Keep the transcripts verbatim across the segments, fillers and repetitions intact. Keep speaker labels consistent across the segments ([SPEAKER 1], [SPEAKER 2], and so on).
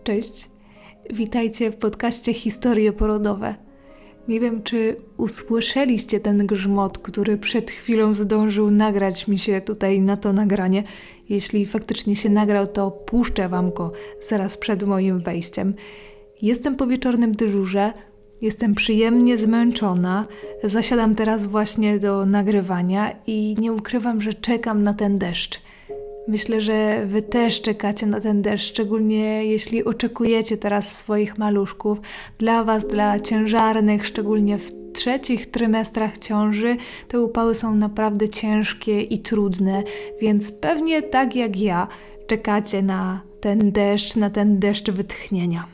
[SPEAKER 1] Cześć, witajcie w podcaście Historie Porodowe. Nie wiem, czy usłyszeliście ten grzmot, który przed chwilą zdążył nagrać mi się tutaj na to nagranie. Jeśli faktycznie się nagrał, to puszczę wam go zaraz przed moim wejściem. Jestem po wieczornym dyżurze, jestem przyjemnie zmęczona, zasiadam teraz właśnie do nagrywania i nie ukrywam, że czekam na ten deszcz. Myślę, że wy też czekacie na ten deszcz, szczególnie jeśli oczekujecie teraz swoich maluszków. Dla was, dla ciężarnych, szczególnie w trzecich trymestrach ciąży, te upały są naprawdę ciężkie i trudne, więc pewnie tak jak ja czekacie na ten deszcz, na ten deszcz wytchnienia.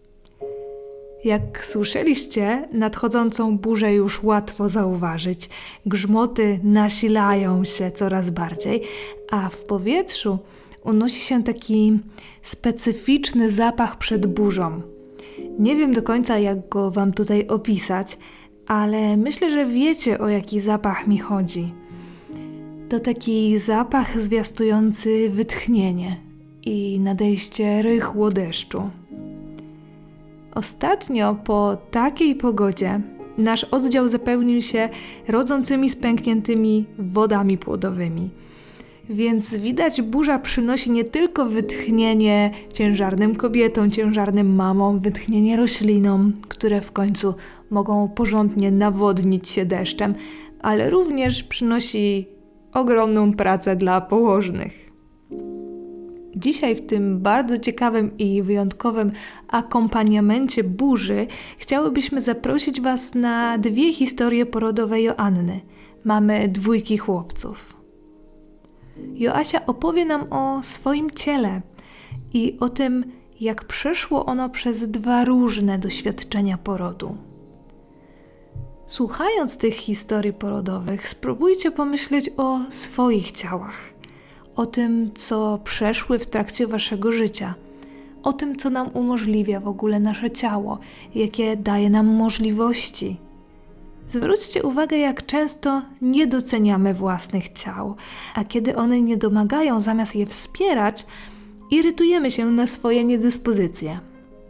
[SPEAKER 1] Jak słyszeliście, nadchodzącą burzę już łatwo zauważyć. Grzmoty nasilają się coraz bardziej, a w powietrzu unosi się taki specyficzny zapach przed burzą. Nie wiem do końca, jak go wam tutaj opisać, ale myślę, że wiecie, o jaki zapach mi chodzi. To taki zapach zwiastujący wytchnienie i nadejście rychło deszczu. Ostatnio po takiej pogodzie nasz oddział zapełnił się rodzącymi, spękniętymi wodami płodowymi. Więc widać, burza przynosi nie tylko wytchnienie ciężarnym kobietom, ciężarnym mamom, wytchnienie roślinom, które w końcu mogą porządnie nawodnić się deszczem, ale również przynosi ogromną pracę dla położnych. Dzisiaj w tym bardzo ciekawym i wyjątkowym akompaniamencie burzy chciałybyśmy zaprosić was na dwie historie porodowe Joanny. Mamy dwójki chłopców. Joasia opowie nam o swoim ciele i o tym, jak przeszło ono przez dwa różne doświadczenia porodu. Słuchając tych historii porodowych, spróbujcie pomyśleć o swoich ciałach. O tym, co przeszły w trakcie waszego życia, o tym, co nam umożliwia w ogóle nasze ciało, jakie daje nam możliwości. Zwróćcie uwagę, jak często nie doceniamy własnych ciał, a kiedy one nie domagają, zamiast je wspierać, irytujemy się na swoje niedyspozycje.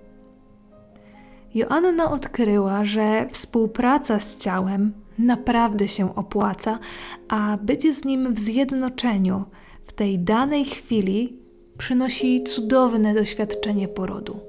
[SPEAKER 1] Joanna odkryła, że współpraca z ciałem naprawdę się opłaca, a bycie z nim w zjednoczeniu w tej danej chwili przynosi cudowne doświadczenie porodu.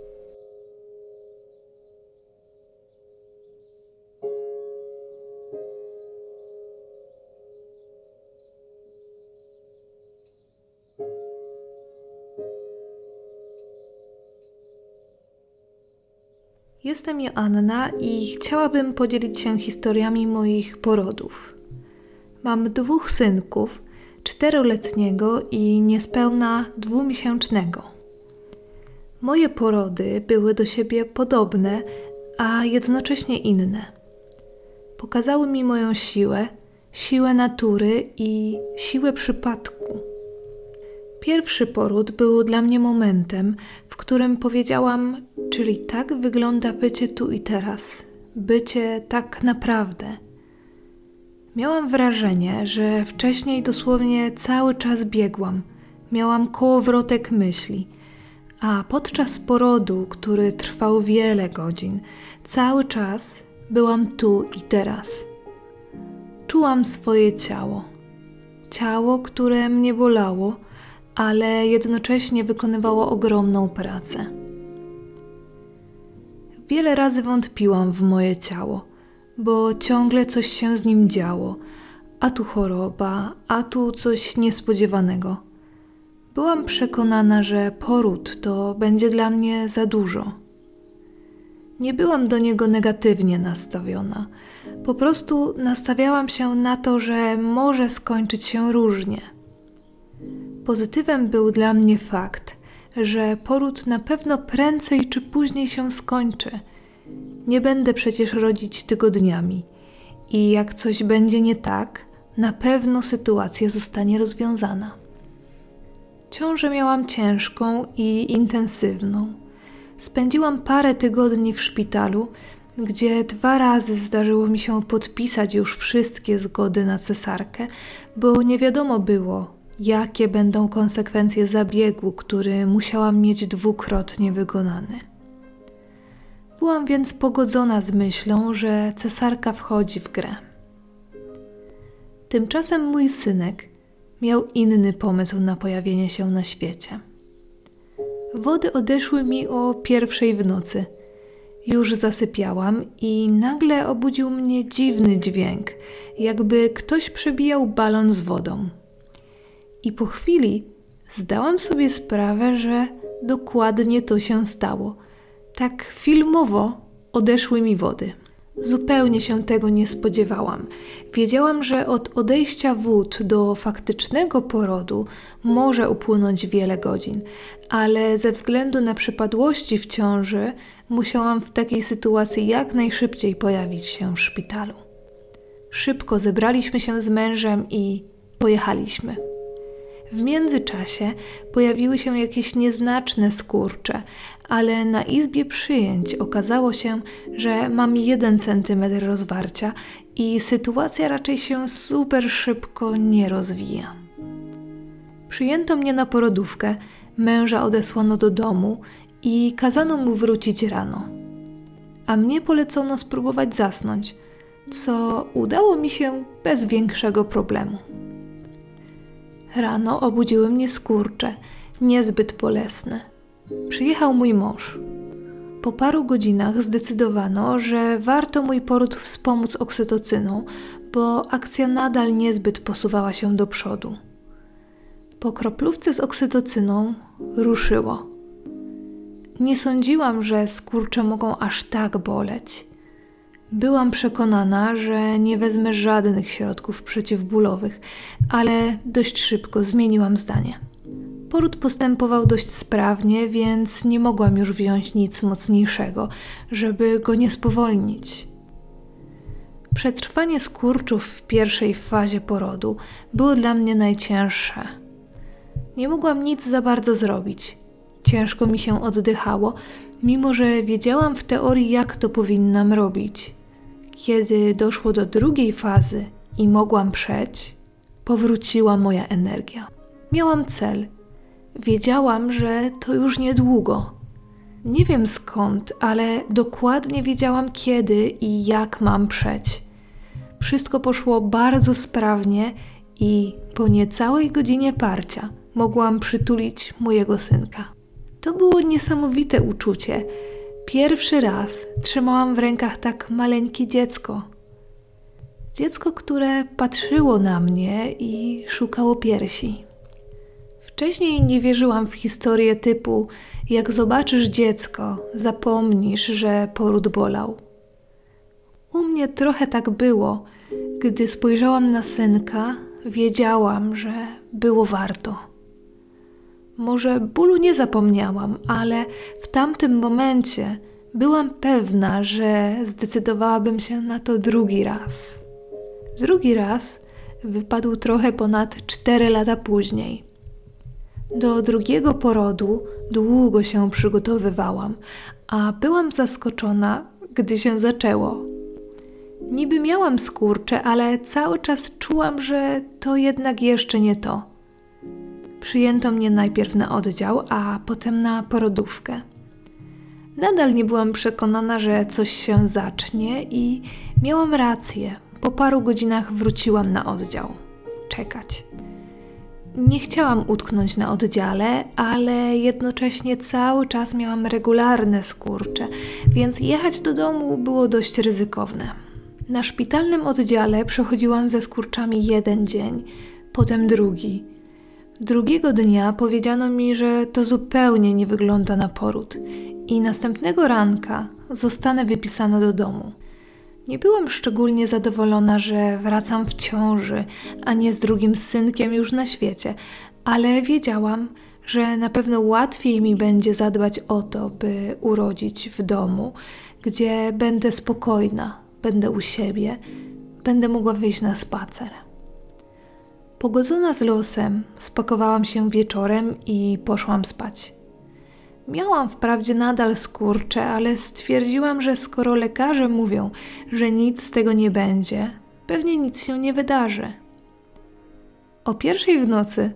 [SPEAKER 1] Jestem Joanna i chciałabym podzielić się historiami moich porodów. Mam dwóch synków, czteroletniego i niespełna dwumiesięcznego. Moje porody były do siebie podobne, a jednocześnie inne. Pokazały mi moją siłę, siłę natury i siłę przypadku. Pierwszy poród był dla mnie momentem, w którym powiedziałam, czyli tak wygląda bycie tu i teraz, bycie tak naprawdę. Miałam wrażenie, że wcześniej dosłownie cały czas biegłam, miałam kołowrotek myśli, a podczas porodu, który trwał wiele godzin, cały czas byłam tu i teraz. Czułam swoje ciało. Ciało, które mnie bolało, ale jednocześnie wykonywało ogromną pracę. Wiele razy wątpiłam w moje ciało, bo ciągle coś się z nim działo, a tu choroba, a tu coś niespodziewanego. Byłam przekonana, że poród to będzie dla mnie za dużo. Nie byłam do niego negatywnie nastawiona, po prostu nastawiałam się na to, że może skończyć się różnie. Pozytywem był dla mnie fakt, że poród na pewno prędzej czy później się skończy. Nie będę przecież rodzić tygodniami i jak coś będzie nie tak, na pewno sytuacja zostanie rozwiązana. Ciążę miałam ciężką i intensywną. Spędziłam parę tygodni w szpitalu, gdzie dwa razy zdarzyło mi się podpisać już wszystkie zgody na cesarkę, bo nie wiadomo było, jakie będą konsekwencje zabiegu, który musiałam mieć dwukrotnie wykonany. Byłam więc pogodzona z myślą, że cesarka wchodzi w grę. Tymczasem mój synek miał inny pomysł na pojawienie się na świecie. Wody odeszły mi o pierwszej w nocy. Już zasypiałam i nagle obudził mnie dziwny dźwięk, jakby ktoś przebijał balon z wodą. I po chwili zdałam sobie sprawę, że dokładnie to się stało. Tak filmowo odeszły mi wody. Zupełnie się tego nie spodziewałam. Wiedziałam, że od odejścia wód do faktycznego porodu może upłynąć wiele godzin, ale ze względu na przypadłości w ciąży musiałam w takiej sytuacji jak najszybciej pojawić się w szpitalu. Szybko zebraliśmy się z mężem i pojechaliśmy. W międzyczasie pojawiły się jakieś nieznaczne skurcze, ale na izbie przyjęć okazało się, że mam jeden centymetr rozwarcia i sytuacja raczej się super szybko nie rozwija. Przyjęto mnie na porodówkę, męża odesłano do domu i kazano mu wrócić rano. A mnie polecono spróbować zasnąć, co udało mi się bez większego problemu. Rano obudziły mnie skurcze, niezbyt bolesne. Przyjechał mój mąż. Po paru godzinach zdecydowano, że warto mój poród wspomóc oksytocyną, bo akcja nadal niezbyt posuwała się do przodu. Po kroplówce z oksytocyną ruszyło. Nie sądziłam, że skurcze mogą aż tak boleć. Byłam przekonana, że nie wezmę żadnych środków przeciwbólowych, ale dość szybko zmieniłam zdanie. Poród postępował dość sprawnie, więc nie mogłam już wziąć nic mocniejszego, żeby go nie spowolnić. Przetrwanie skurczów w pierwszej fazie porodu było dla mnie najcięższe. Nie mogłam nic za bardzo zrobić. Ciężko mi się oddychało, mimo że wiedziałam w teorii, jak to powinnam robić. Kiedy doszło do drugiej fazy i mogłam przeć, powróciła moja energia. Miałam cel. Wiedziałam, że to już niedługo. Nie wiem skąd, ale dokładnie wiedziałam, kiedy i jak mam przeć. Wszystko poszło bardzo sprawnie i po niecałej godzinie parcia mogłam przytulić mojego synka. To było niesamowite uczucie. Pierwszy raz trzymałam w rękach tak maleńkie dziecko. Dziecko, które patrzyło na mnie i szukało piersi. Wcześniej nie wierzyłam w historię typu jak zobaczysz dziecko, zapomnisz, że poród bolał. U mnie trochę tak było. Gdy spojrzałam na synka, wiedziałam, że było warto. Może bólu nie zapomniałam, ale w tamtym momencie byłam pewna, że zdecydowałabym się na to drugi raz. Drugi raz wypadł trochę ponad cztery lata później. Do drugiego porodu długo się przygotowywałam, a byłam zaskoczona, gdy się zaczęło. Niby miałam skurcze, ale cały czas czułam, że to jednak jeszcze nie to. Przyjęto mnie najpierw na oddział, a potem na porodówkę. Nadal nie byłam przekonana, że coś się zacznie i miałam rację. Po paru godzinach wróciłam na oddział. Czekać. Nie chciałam utknąć na oddziale, ale jednocześnie cały czas miałam regularne skurcze, więc jechać do domu było dość ryzykowne. Na szpitalnym oddziale przechodziłam ze skurczami jeden dzień, potem drugi. Drugiego dnia powiedziano mi, że to zupełnie nie wygląda na poród i następnego ranka zostanę wypisana do domu. Nie byłam szczególnie zadowolona, że wracam w ciąży, a nie z drugim synkiem już na świecie, ale wiedziałam, że na pewno łatwiej mi będzie zadbać o to, by urodzić w domu, gdzie będę spokojna, będę u siebie, będę mogła wyjść na spacer. Pogodzona z losem, spakowałam się wieczorem i poszłam spać. Miałam wprawdzie nadal skurcze, ale stwierdziłam, że skoro lekarze mówią, że nic z tego nie będzie, pewnie nic się nie wydarzy. O pierwszej w nocy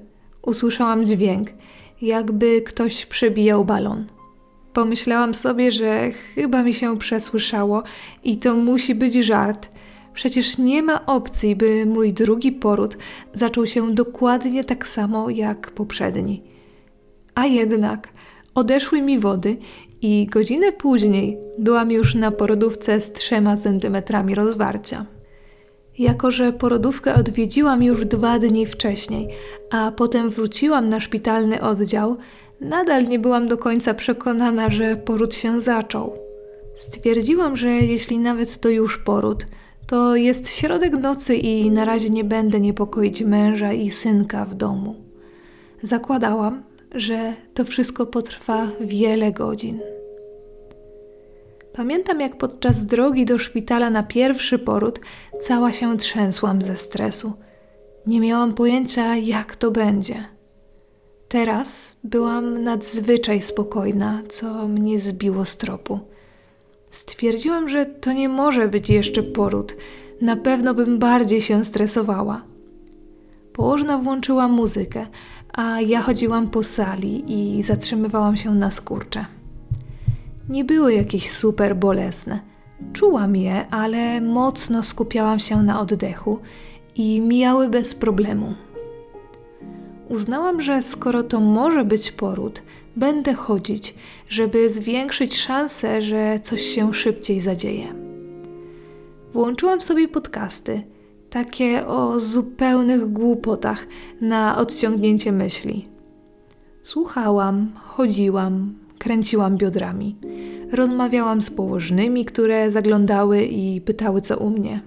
[SPEAKER 1] usłyszałam dźwięk, jakby ktoś przebijał balon. Pomyślałam sobie, że chyba mi się przesłyszało i to musi być żart. Przecież nie ma opcji, by mój drugi poród zaczął się dokładnie tak samo jak poprzedni. A jednak odeszły mi wody i godzinę później byłam już na porodówce z trzema centymetrami rozwarcia. Jako że porodówkę odwiedziłam już dwa dni wcześniej, a potem wróciłam na szpitalny oddział, nadal nie byłam do końca przekonana, że poród się zaczął. Stwierdziłam, że jeśli nawet to już poród, to jest środek nocy i na razie nie będę niepokoić męża i synka w domu. Zakładałam, że to wszystko potrwa wiele godzin. Pamiętam, jak podczas drogi do szpitala na pierwszy poród cała się trzęsłam ze stresu. Nie miałam pojęcia, jak to będzie. Teraz byłam nadzwyczaj spokojna, co mnie zbiło z tropu. Stwierdziłam, że to nie może być jeszcze poród. Na pewno bym bardziej się stresowała. Położna włączyła muzykę, a ja chodziłam po sali i zatrzymywałam się na skurcze. Nie były jakieś super bolesne. Czułam je, ale mocno skupiałam się na oddechu i mijały bez problemu. Uznałam, że skoro to może być poród, będę chodzić, żeby zwiększyć szansę, że coś się szybciej zadzieje. Włączyłam sobie podcasty, takie o zupełnych głupotach na odciągnięcie myśli. Słuchałam, chodziłam, kręciłam biodrami. Rozmawiałam z położnymi, które zaglądały i pytały, co u mnie.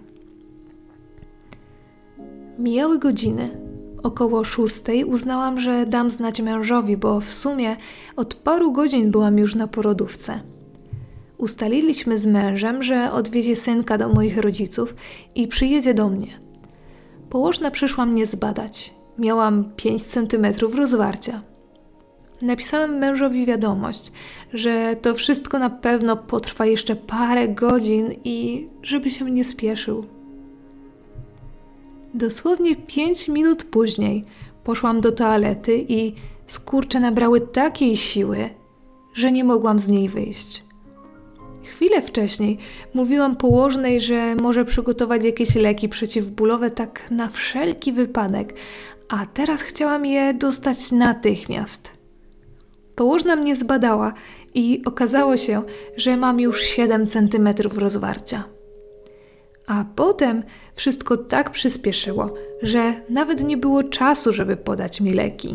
[SPEAKER 1] Mijały godziny. Około szóstej uznałam, że dam znać mężowi, bo w sumie od paru godzin byłam już na porodówce. Ustaliliśmy z mężem, że odwiezie synka do moich rodziców i przyjedzie do mnie. Położna przyszła mnie zbadać. Miałam pięć centymetrów rozwarcia. Napisałam mężowi wiadomość, że to wszystko na pewno potrwa jeszcze parę godzin i żeby się nie spieszył. Dosłownie pięć minut później poszłam do toalety i skurcze nabrały takiej siły, że nie mogłam z niej wyjść. Chwilę wcześniej mówiłam położnej, że może przygotować jakieś leki przeciwbólowe tak na wszelki wypadek, a teraz chciałam je dostać natychmiast. Położna mnie zbadała i okazało się, że mam już siedem centymetrów rozwarcia. A potem wszystko tak przyspieszyło, że nawet nie było czasu, żeby podać mi leki.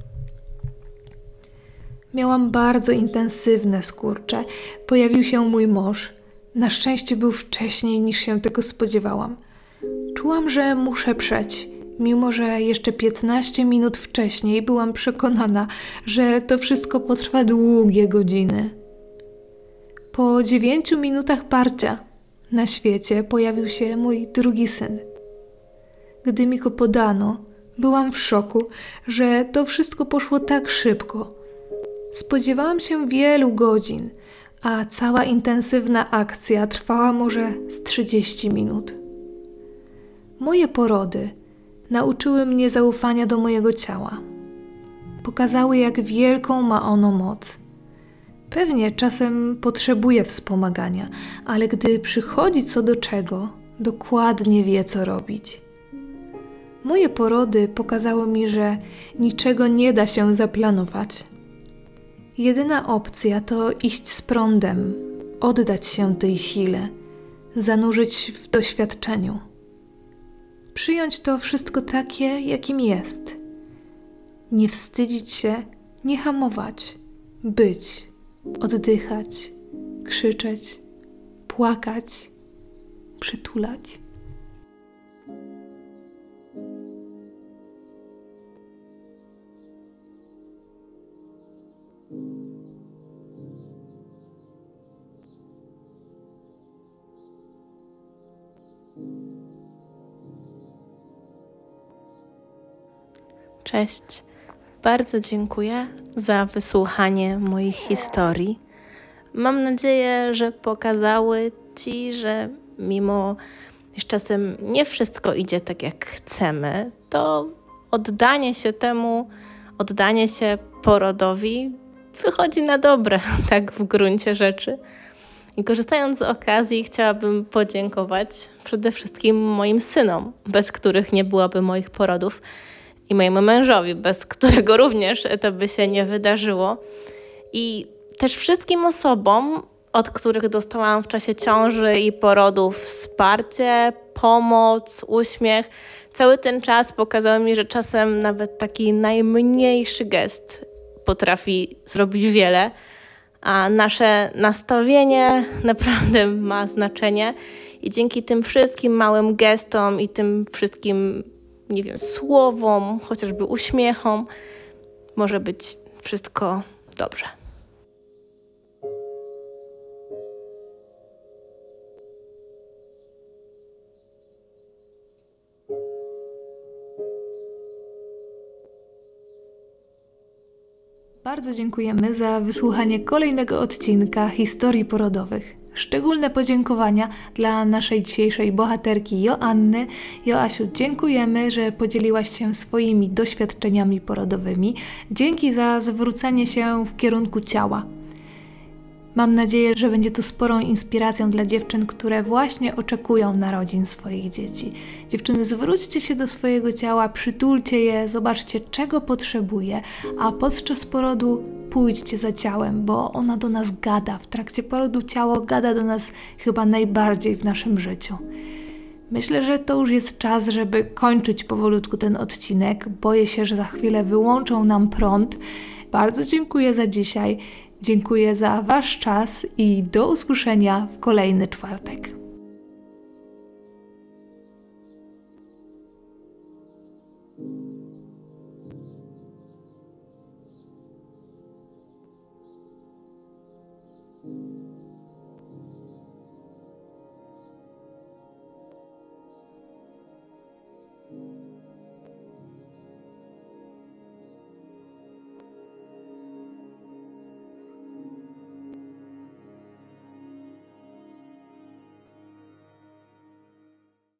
[SPEAKER 1] Miałam bardzo intensywne skurcze. Pojawił się mój mąż. Na szczęście był wcześniej, niż się tego spodziewałam. Czułam, że muszę przeć, mimo że jeszcze piętnaście minut wcześniej byłam przekonana, że to wszystko potrwa długie godziny. Po dziewięciu minutach parcia na świecie pojawił się mój drugi syn. Gdy mi go podano, byłam w szoku, że to wszystko poszło tak szybko. Spodziewałam się wielu godzin, a cała intensywna akcja trwała może z trzydzieści minut. Moje porody nauczyły mnie zaufania do mojego ciała. Pokazały, jak wielką ma ono moc. Pewnie czasem potrzebuje wspomagania, ale gdy przychodzi co do czego, dokładnie wie, co robić. Moje porody pokazały mi, że niczego nie da się zaplanować. Jedyna opcja to iść z prądem, oddać się tej sile, zanurzyć w doświadczeniu. Przyjąć to wszystko takie, jakim jest. Nie wstydzić się, nie hamować, być, oddychać, krzyczeć, płakać, przytulać.
[SPEAKER 2] Cześć. Bardzo dziękuję za wysłuchanie moich historii. Mam nadzieję, że pokazały Ci, że mimo iż czasem nie wszystko idzie tak, jak chcemy, to oddanie się temu oddanie się porodowi wychodzi na dobre, tak w gruncie rzeczy. I korzystając z okazji, chciałabym podziękować przede wszystkim moim synom, bez których nie byłoby moich porodów, i mojemu mężowi, bez którego również to by się nie wydarzyło. I też wszystkim osobom, od których dostałam w czasie ciąży i porodów wsparcie, pomoc, uśmiech. Cały ten czas pokazało mi, że czasem nawet taki najmniejszy gest potrafi zrobić wiele, a nasze nastawienie naprawdę ma znaczenie i dzięki tym wszystkim małym gestom i tym wszystkim, nie wiem, słowom, chociażby uśmiechom, może być wszystko dobrze.
[SPEAKER 1] Bardzo dziękujemy za wysłuchanie kolejnego odcinka historii porodowych. Szczególne podziękowania dla naszej dzisiejszej bohaterki Joanny. Joasiu, dziękujemy, że podzieliłaś się swoimi doświadczeniami porodowymi. Dzięki za zwrócenie się w kierunku ciała. Mam nadzieję, że będzie to sporą inspiracją dla dziewczyn, które właśnie oczekują narodzin swoich dzieci. Dziewczyny, zwróćcie się do swojego ciała, przytulcie je, zobaczcie, czego potrzebuje, a podczas porodu pójdźcie za ciałem, bo ona do nas gada. W trakcie porodu ciało gada do nas chyba najbardziej w naszym życiu. Myślę, że to już jest czas, żeby kończyć powolutku ten odcinek. Boję się, że za chwilę wyłączą nam prąd. Bardzo dziękuję za dzisiaj. Dziękuję za wasz czas i do usłyszenia w kolejny czwartek.